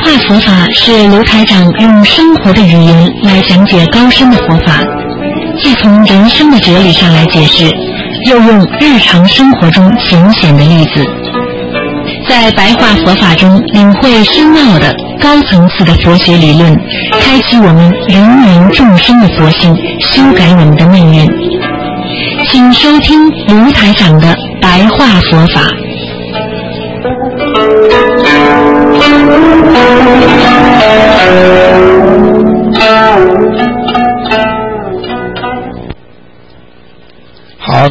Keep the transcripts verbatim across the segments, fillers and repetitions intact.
话佛法是卢台长用生活的语言来讲解高深的佛法，既从人生的哲理上来解释，又用日常生活中浅显的例子，在白话佛法中领会深奥的高层次的佛学理论，开启我们芸芸众生的佛性，修改我们的命运。请收听卢台长的白话佛法。 好，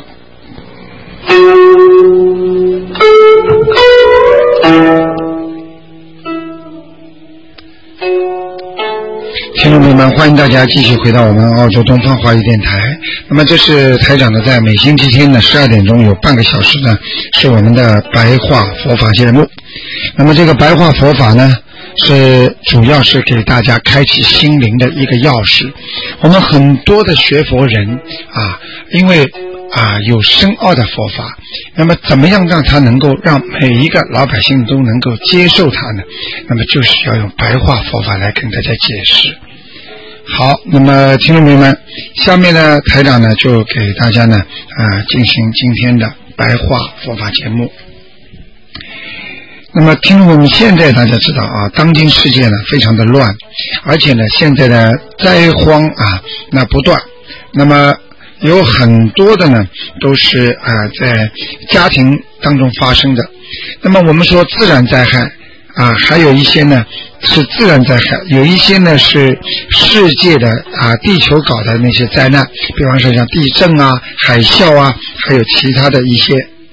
听众朋友们，欢迎大家继续回到我们澳洲东方华语电台。那么这是台长呢，在每星期天的十二点钟有半个小时呢，是我们的白话佛法节目。那么这个白话佛法呢，是主要是给大家开启心灵的一个钥匙。我们很多的学佛人啊，因为啊有深奥的佛法，那么怎么样让它能够让每一个老百姓都能够接受它呢？那么就是要用白话佛法来跟大家解释。好，那么听众朋友们，下面呢台长呢就给大家呢啊进行今天的白话佛法节目。那么听众朋友们，现在大家知道啊，当今世界呢非常的乱，而且呢现在的灾荒啊那不断，那么有很多的呢都是啊在家庭当中发生的。那么我们说自然灾害啊，还有一些呢是自然灾害，有一些呢是世界的啊地球搞的那些灾难，比方说像地震啊、海啸啊，还有其他的一些。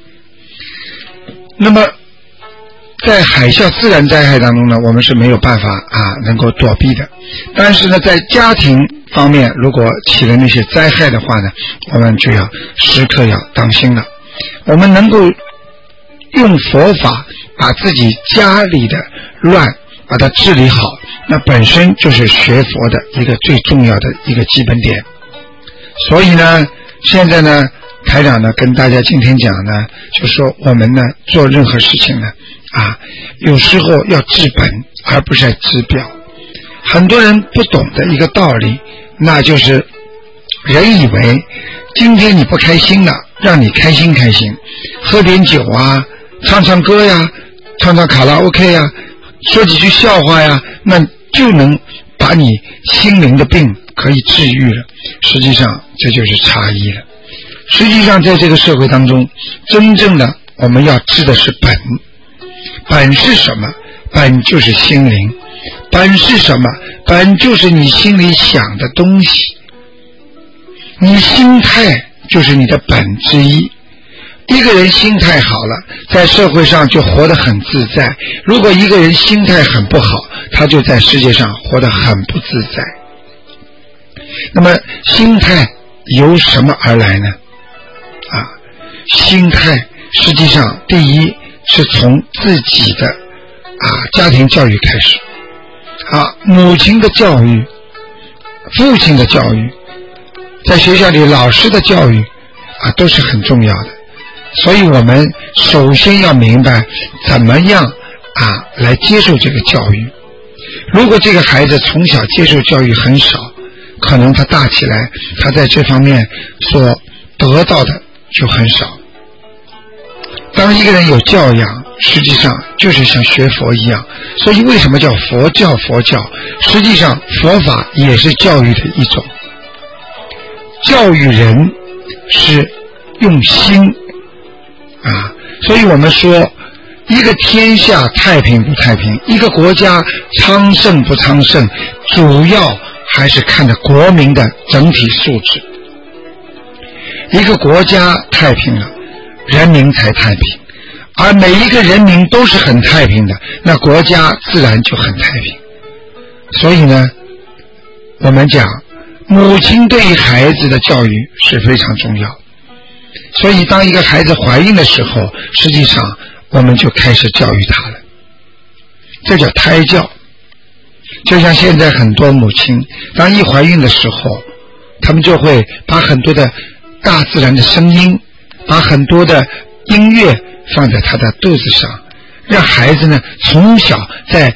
那么在海啸自然灾害当中呢，我们是没有办法啊能够躲避的。但是呢，在家庭方面，如果起了那些灾害的话呢，我们就要时刻要当心了。我们能够用佛法把自己家里的乱把它治理好，那本身就是学佛的一个最重要的一个基本点。所以呢，现在呢，台长呢跟大家今天讲呢，就说我们呢做任何事情呢啊，有时候要治本而不是治表。很多人不懂的一个道理，那就是人以为今天你不开心了，让你开心开心，喝点酒啊，唱唱歌呀，唱唱卡拉 OK 呀，说几句笑话呀，那就能把你心灵的病可以治愈了。实际上这就是差异了。实际上在这个社会当中，真正的我们要治的是本。本是什么？本就是心灵。本是什么？本就是你心里想的东西。你心态就是你的本之一。一个人心态好了，在社会上就活得很自在。如果一个人心态很不好，他就在世界上活得很不自在。那么心态由什么而来呢？啊，心态实际上第一是从自己的啊家庭教育开始，啊母亲的教育、父亲的教育，在学校里老师的教育啊都是很重要的。所以我们首先要明白怎么样啊来接受这个教育。如果这个孩子从小接受教育很少，可能他大起来他在这方面所得到的就很少。当一个人有教养，实际上就是像学佛一样。所以为什么叫佛教？佛教实际上佛法也是教育的一种。教育人是用心啊，所以我们说一个天下太平不太平，一个国家昌盛不昌盛，主要还是看着国民的整体素质。一个国家太平了，人民才太平，而每一个人民都是很太平的，那国家自然就很太平。所以呢，我们讲母亲对于孩子的教育是非常重要。所以当一个孩子怀孕的时候，实际上我们就开始教育他了，这叫胎教。就像现在很多母亲当一怀孕的时候，他们就会把很多的大自然的声音，把很多的音乐放在他的肚子上，让孩子呢从小在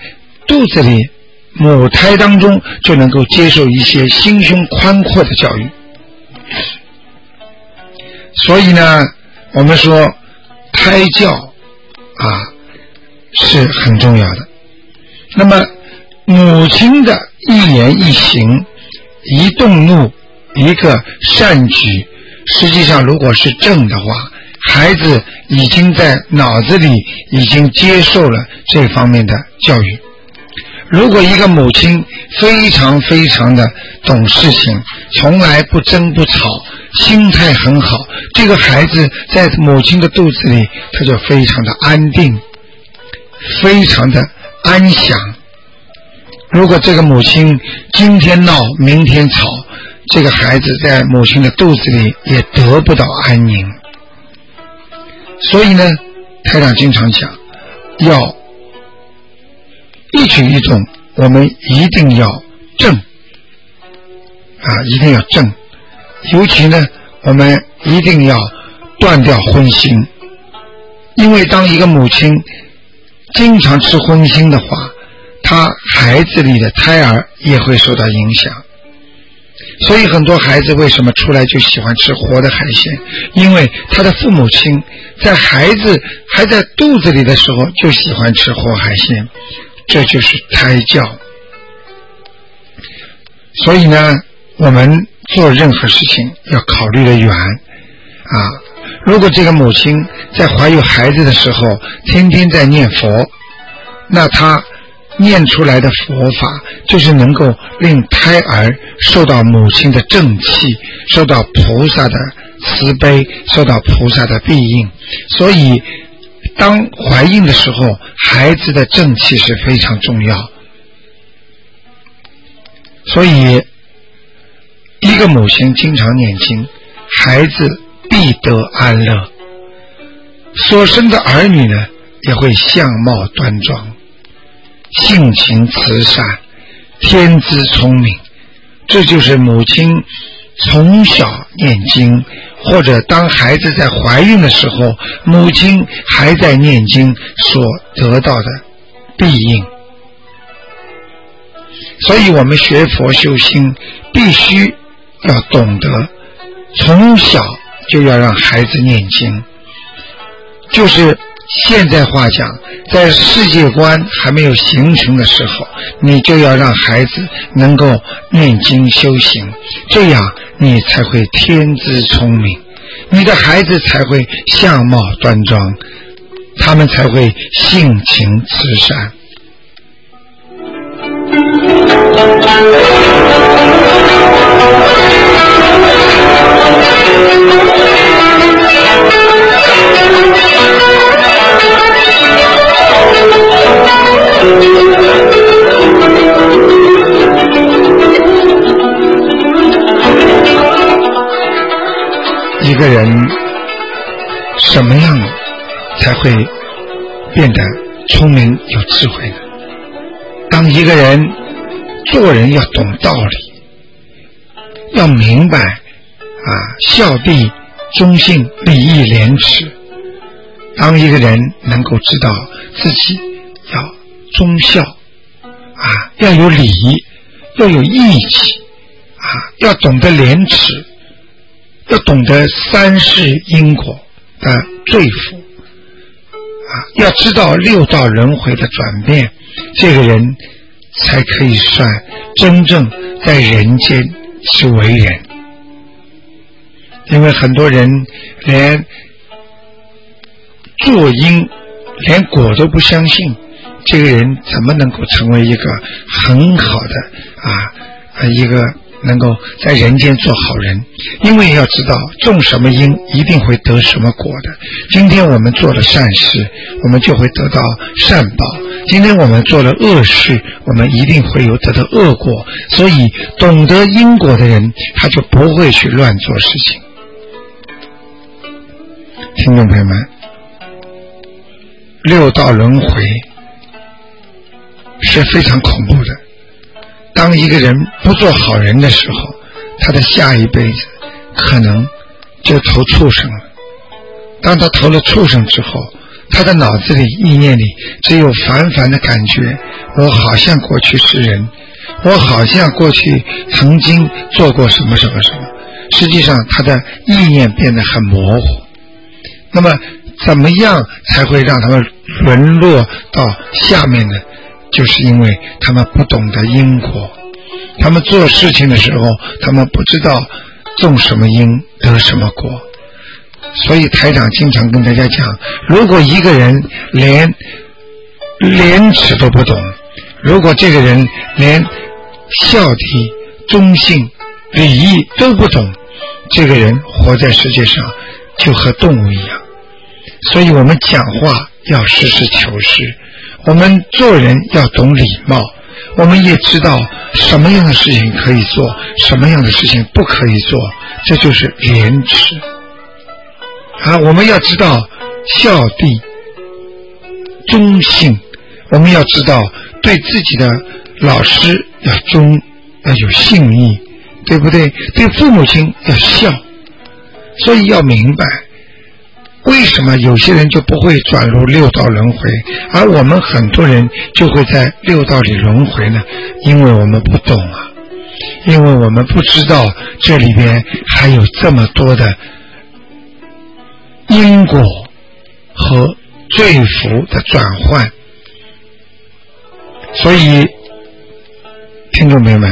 肚子里母胎当中就能够接受一些心胸宽阔的教育。所以呢，我们说胎教啊是很重要的。那么母亲的一言一行、一动怒、一个善举，实际上如果是正的话，孩子已经在脑子里已经接受了这方面的教育。如果一个母亲非常非常的懂事情，从来不争不吵，心态很好，这个孩子在母亲的肚子里他就非常的安定，非常的安详。如果这个母亲今天闹明天吵，这个孩子在母亲的肚子里也得不到安宁。所以呢，台长经常讲，要一举一动我们一定要正啊，一定要正。尤其呢，我们一定要断掉荤腥，因为当一个母亲经常吃荤腥的话，他孩子里的胎儿也会受到影响。所以很多孩子为什么出来就喜欢吃活的海鲜？因为他的父母亲在孩子还在肚子里的时候就喜欢吃活海鲜，这就是胎教。所以呢，我们做任何事情要考虑的远啊。如果这个母亲在怀有孩子的时候天天在念佛，那她念出来的佛法就是能够令胎儿受到母亲的正气，受到菩萨的慈悲，受到菩萨的庇应。所以当怀孕的时候，孩子的正气是非常重要。所以一个母亲经常念经，孩子必得安乐，所生的儿女呢也会相貌端庄，性情慈善，天资聪明。这就是母亲从小念经，或者当孩子在怀孕的时候，母亲还在念经所得到的庇应。所以我们学佛修心必须要懂得从小就要让孩子念经。就是现在话讲，在世界观还没有形成的时候，你就要让孩子能够念经修行，这样你才会天资聪明，你的孩子才会相貌端庄，他们才会性情慈善。一个人什么样才会变得聪明有智慧呢？当一个人做人要懂道理，要明白啊，孝悌忠信礼义廉耻。当一个人能够知道自己要忠孝啊，要有礼仪，要有义气啊，要懂得廉耻，要懂得三世因果的对付啊，要知道六道轮回的转变，这个人才可以算真正在人间是为人。因为很多人连作因连果都不相信，这个人怎么能够成为一个很好的啊一个能够在人间做好人？因为要知道种什么因一定会得什么果的。今天我们做了善事，我们就会得到善报，今天我们做了恶事，我们一定会有得到恶果。所以懂得因果的人，他就不会去乱做事情。听众朋友们，六道轮回是非常恐怖的。当一个人不做好人的时候，他的下一辈子可能就投畜生了。当他投了畜生之后，他的脑子里意念里只有烦烦的感觉， 我好像过去是人，我好像过去曾经做过什么什么什么，实际上他的意念变得很模糊。那么怎么样才会让他们沦落到下面呢？就是因为他们不懂得因果，他们做事情的时候他们不知道种什么因得什么果。所以台长经常跟大家讲，如果一个人连廉耻都不懂，如果这个人连孝悌忠信礼义都不懂，这个人活在世界上就和动物一样。所以我们讲话要实事求是，我们做人要懂礼貌，我们也知道什么样的事情可以做，什么样的事情不可以做，这就是廉耻啊！我们要知道孝悌忠信，我们要知道对自己的老师要忠，要有信义，对不对？对父母亲要孝。所以要明白为什么有些人就不会转入六道轮回，而我们很多人就会在六道里轮回呢？因为我们不懂啊，因为我们不知道这里边还有这么多的因果和罪福的转换。所以听众朋友们，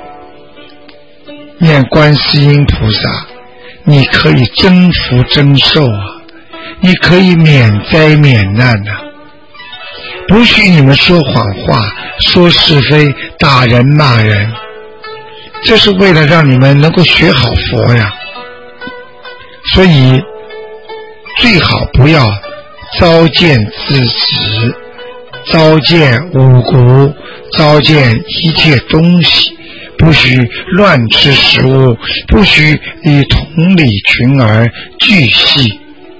念观世音菩萨，你可以增福增寿啊，你可以免灾免难啊！不许你们说谎话，说是非，打人骂人，这是为了让你们能够学好佛呀。所以最好不要糟践自己，糟践五谷，糟践一切东西，不许乱吃食物，不许以同理群而巨细。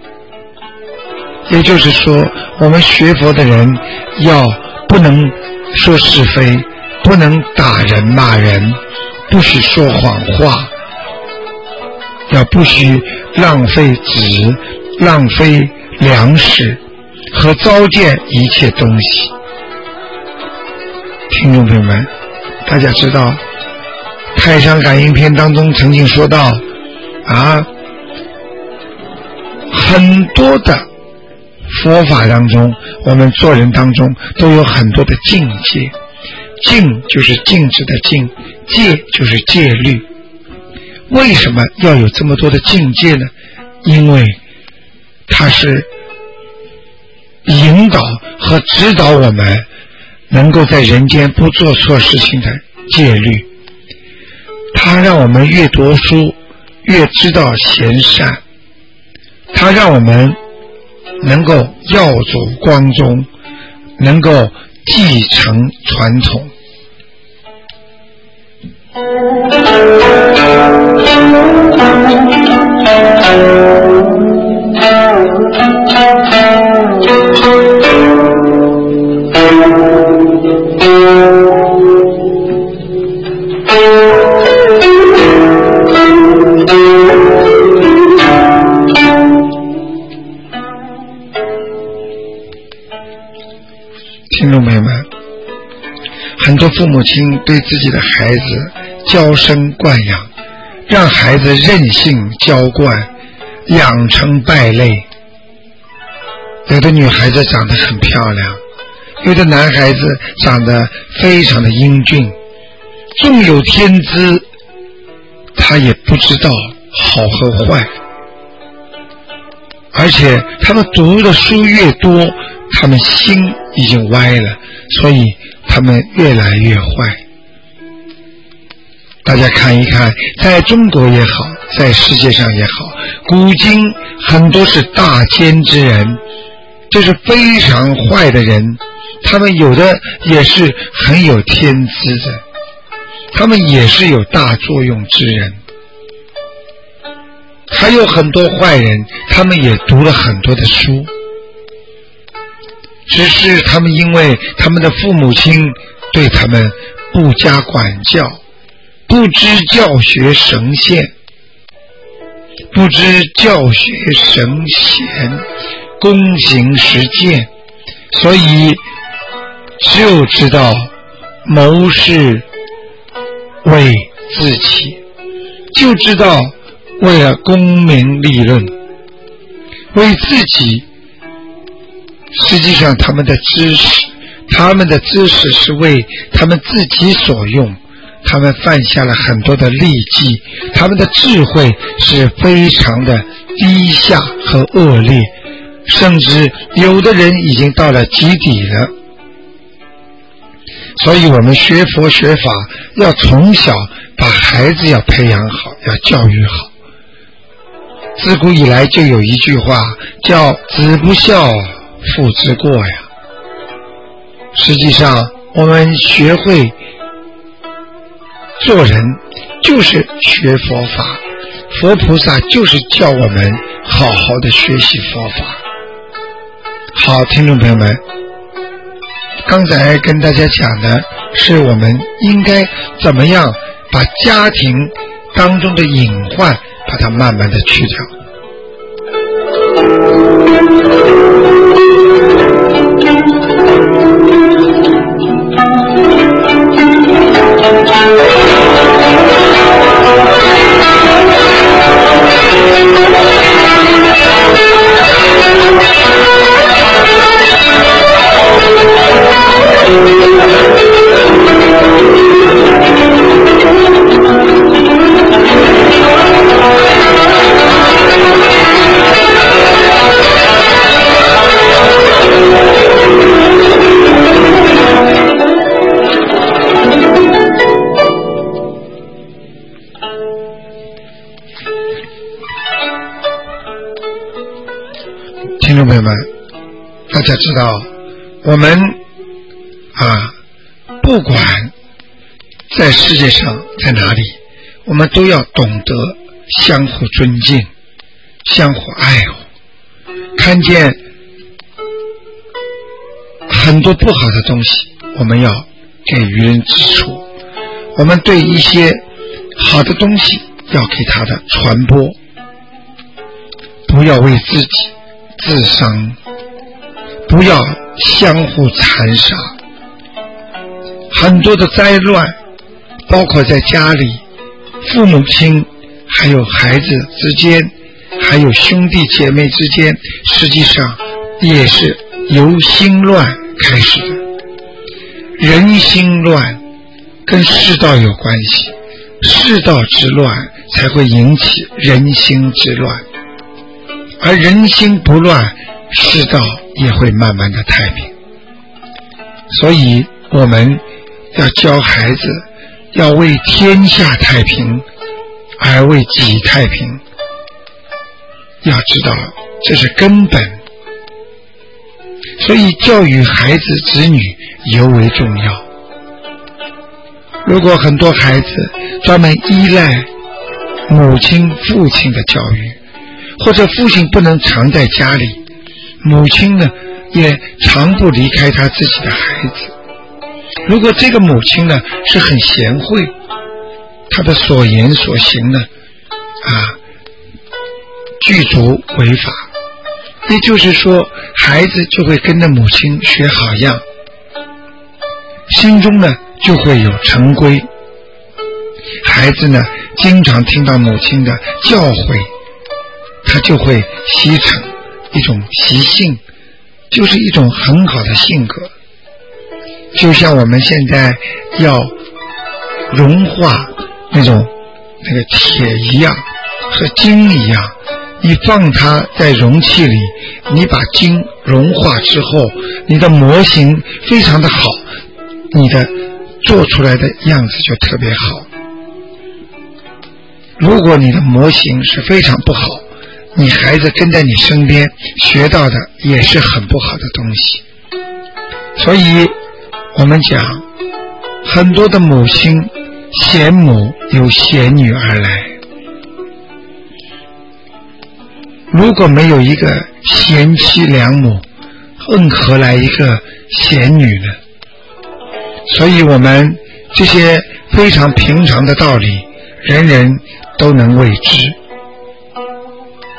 也就是说，我们学佛的人要不能说是非，不能打人骂人，不许说谎话，要不许浪费纸，浪费粮食和糟践一切东西。听众朋友们，大家知道太上感应篇当中曾经说到啊，很多的佛法当中，我们做人当中都有很多的境界，境就是静止的静，戒就是戒律。为什么要有这么多的境界呢？因为它是引导和指导我们能够在人间不做错事情的戒律。它让我们越读书越知道贤善，它让我们能够耀祖光宗，能够继承传统。听众朋友们，很多父母亲对自己的孩子娇生惯养，让孩子任性娇惯，养成败类。有的女孩子长得很漂亮，有的男孩子长得非常的英俊，纵有天资，他也不知道好和坏，而且他们读的书越多，他们心已经歪了，所以他们越来越坏。大家看一看，在中国也好，在世界上也好，古今很多是大奸之人，这是非常坏的人，他们有的也是很有天资的，他们也是有大作用之人。还有很多坏人，他们也读了很多的书，只是他们因为他们的父母亲对他们不加管教，不知教学神仙，不知教学神贤，躬行实践，所以只有知道谋事为自己，就知道为了功名利润，为自己。实际上他们的知识他们的知识是为他们自己所用，他们犯下了很多的痢疾，他们的智慧是非常的低下和恶劣，甚至有的人已经到了极底了。所以我们学佛学法要从小把孩子要培养好，要教育好。自古以来就有一句话叫子不孝父之过呀。实际上我们学会做人就是学佛法，佛菩萨就是叫我们好好的学习佛法。好，听众朋友们，刚才跟大家讲的是我们应该怎么样把家庭当中的隐患把它慢慢的去掉。听众朋友们，大家知道我们啊不管在世界上在哪里，我们都要懂得相互尊敬，相互爱护。看见很多不好的东西，我们要给予人指出，我们对一些好的东西要给它的传播，不要为自己自伤，不要相互残杀。很多的灾乱包括在家里，父母亲还有孩子之间，还有兄弟姐妹之间，实际上也是由心乱开始的。人心乱跟世道有关系，世道之乱才会引起人心之乱，而人心不乱，世道也会慢慢的太平。所以我们要教孩子要为天下太平而为己太平，要知道这是根本。所以教育孩子子女尤为重要。如果很多孩子专门依赖母亲父亲的教育，或者父亲不能常在家里，母亲呢也常不离开他自己的孩子。如果这个母亲呢是很贤惠，她的所言所行呢啊具足违法，也就是说孩子就会跟着母亲学好样，心中呢就会有成规。孩子呢经常听到母亲的教诲，他就会习成一种习性，就是一种很好的性格。就像我们现在要融化那种那个铁一样和金一样，你放它在容器里，你把金融化之后，你的模型非常的好，你的做出来的样子就特别好。如果你的模型是非常不好，你孩子跟在你身边学到的也是很不好的东西。所以我们讲很多的母亲贤母由贤女而来，如果没有一个贤妻良母，更何来一个贤女呢？所以我们这些非常平常的道理，人人都能为之，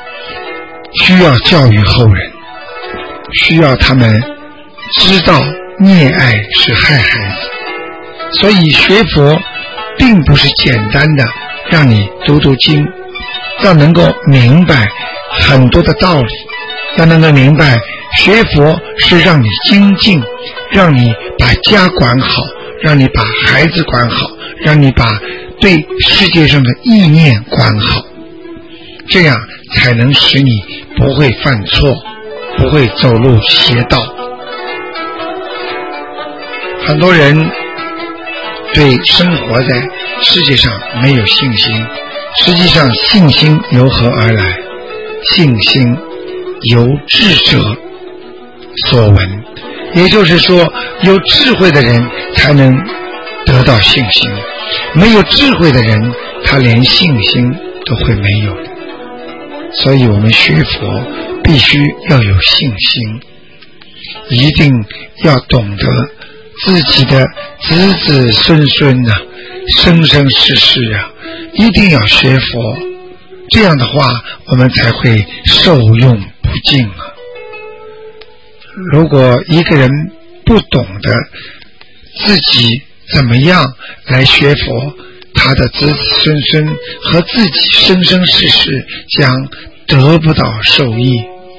需要教育后人，需要他们知道溺爱是害孩子。所以学佛并不是简单的让你读读经，要能够明白很多的道理，要能够明白学佛是让你精进，让你把家管好，让你把孩子管好，让你把对世界上的意念管好，这样才能使你不会犯错，不会走入邪道。很多人对生活在世界上没有信心，实际上信心由何而来？信心由智者所闻，也就是说有智慧的人才能得到信心，没有智慧的人他连信心都会没有的。所以我们学佛必须要有信心，一定要懂得自己的子子孙孙啊，生生世世啊，一定要学佛，这样的话我们才会受用不尽啊。如果一个人不懂得自己怎么样来学佛，他的子子孙孙和自己生生世世将得不到受益。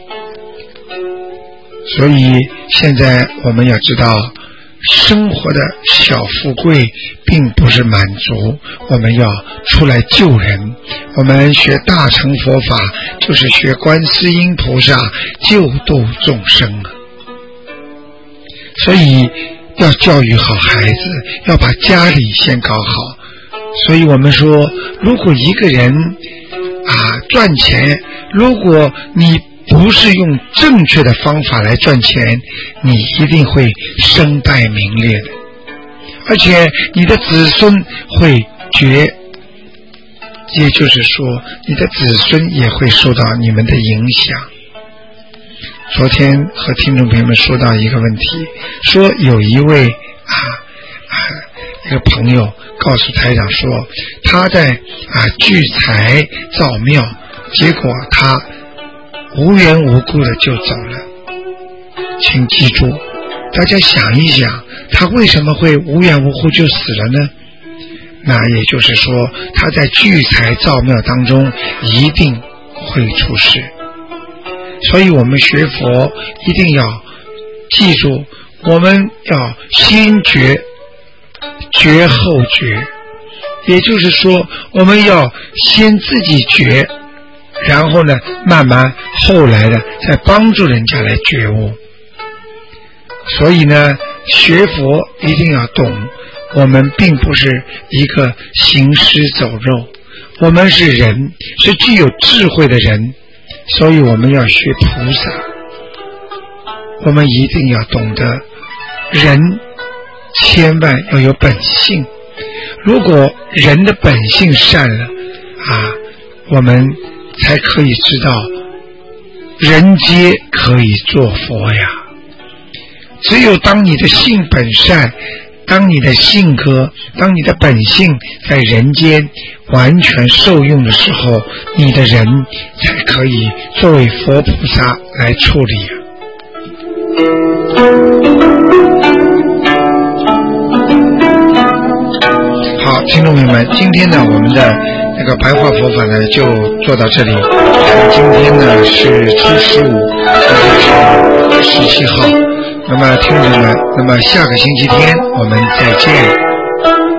所以现在我们要知道，生活的小富贵并不是满足，我们要出来救人。我们学大乘佛法就是学观世音菩萨救度众生啊。所以要教育好孩子，要把家里先搞好。所以我们说，如果一个人啊赚钱，如果你不是用正确的方法来赚钱，你一定会身败名裂的，而且你的子孙会绝，也就是说你的子孙也会受到你们的影响。昨天和听众朋友们说到一个问题，说有一位啊啊一个朋友告诉台长说，他在啊聚财造庙，结果他无缘无故的就走了。请记住，大家想一想，他为什么会无缘无故就死了呢？那也就是说，他在聚财造庙当中一定会出事。所以我们学佛一定要记住，我们要先觉觉后觉，也就是说我们要先自己觉，然后呢慢慢后来的再帮助人家来觉悟。所以呢学佛一定要懂，我们并不是一个行尸走肉，我们是人，是具有智慧的人，所以我们要学菩萨。我们一定要懂得人千万要有本性，如果人的本性善了啊，我们才可以知道人皆可以做佛呀。只有当你的性本善，当你的性格，当你的本性在人间完全受用的时候，你的人才可以作为佛菩萨来处理啊。好，听众朋友们，今天呢我们的那个白话佛法呢就做到这里。今天呢是初十五，今天是十七号。那么听众们，那么下个星期天我们再见。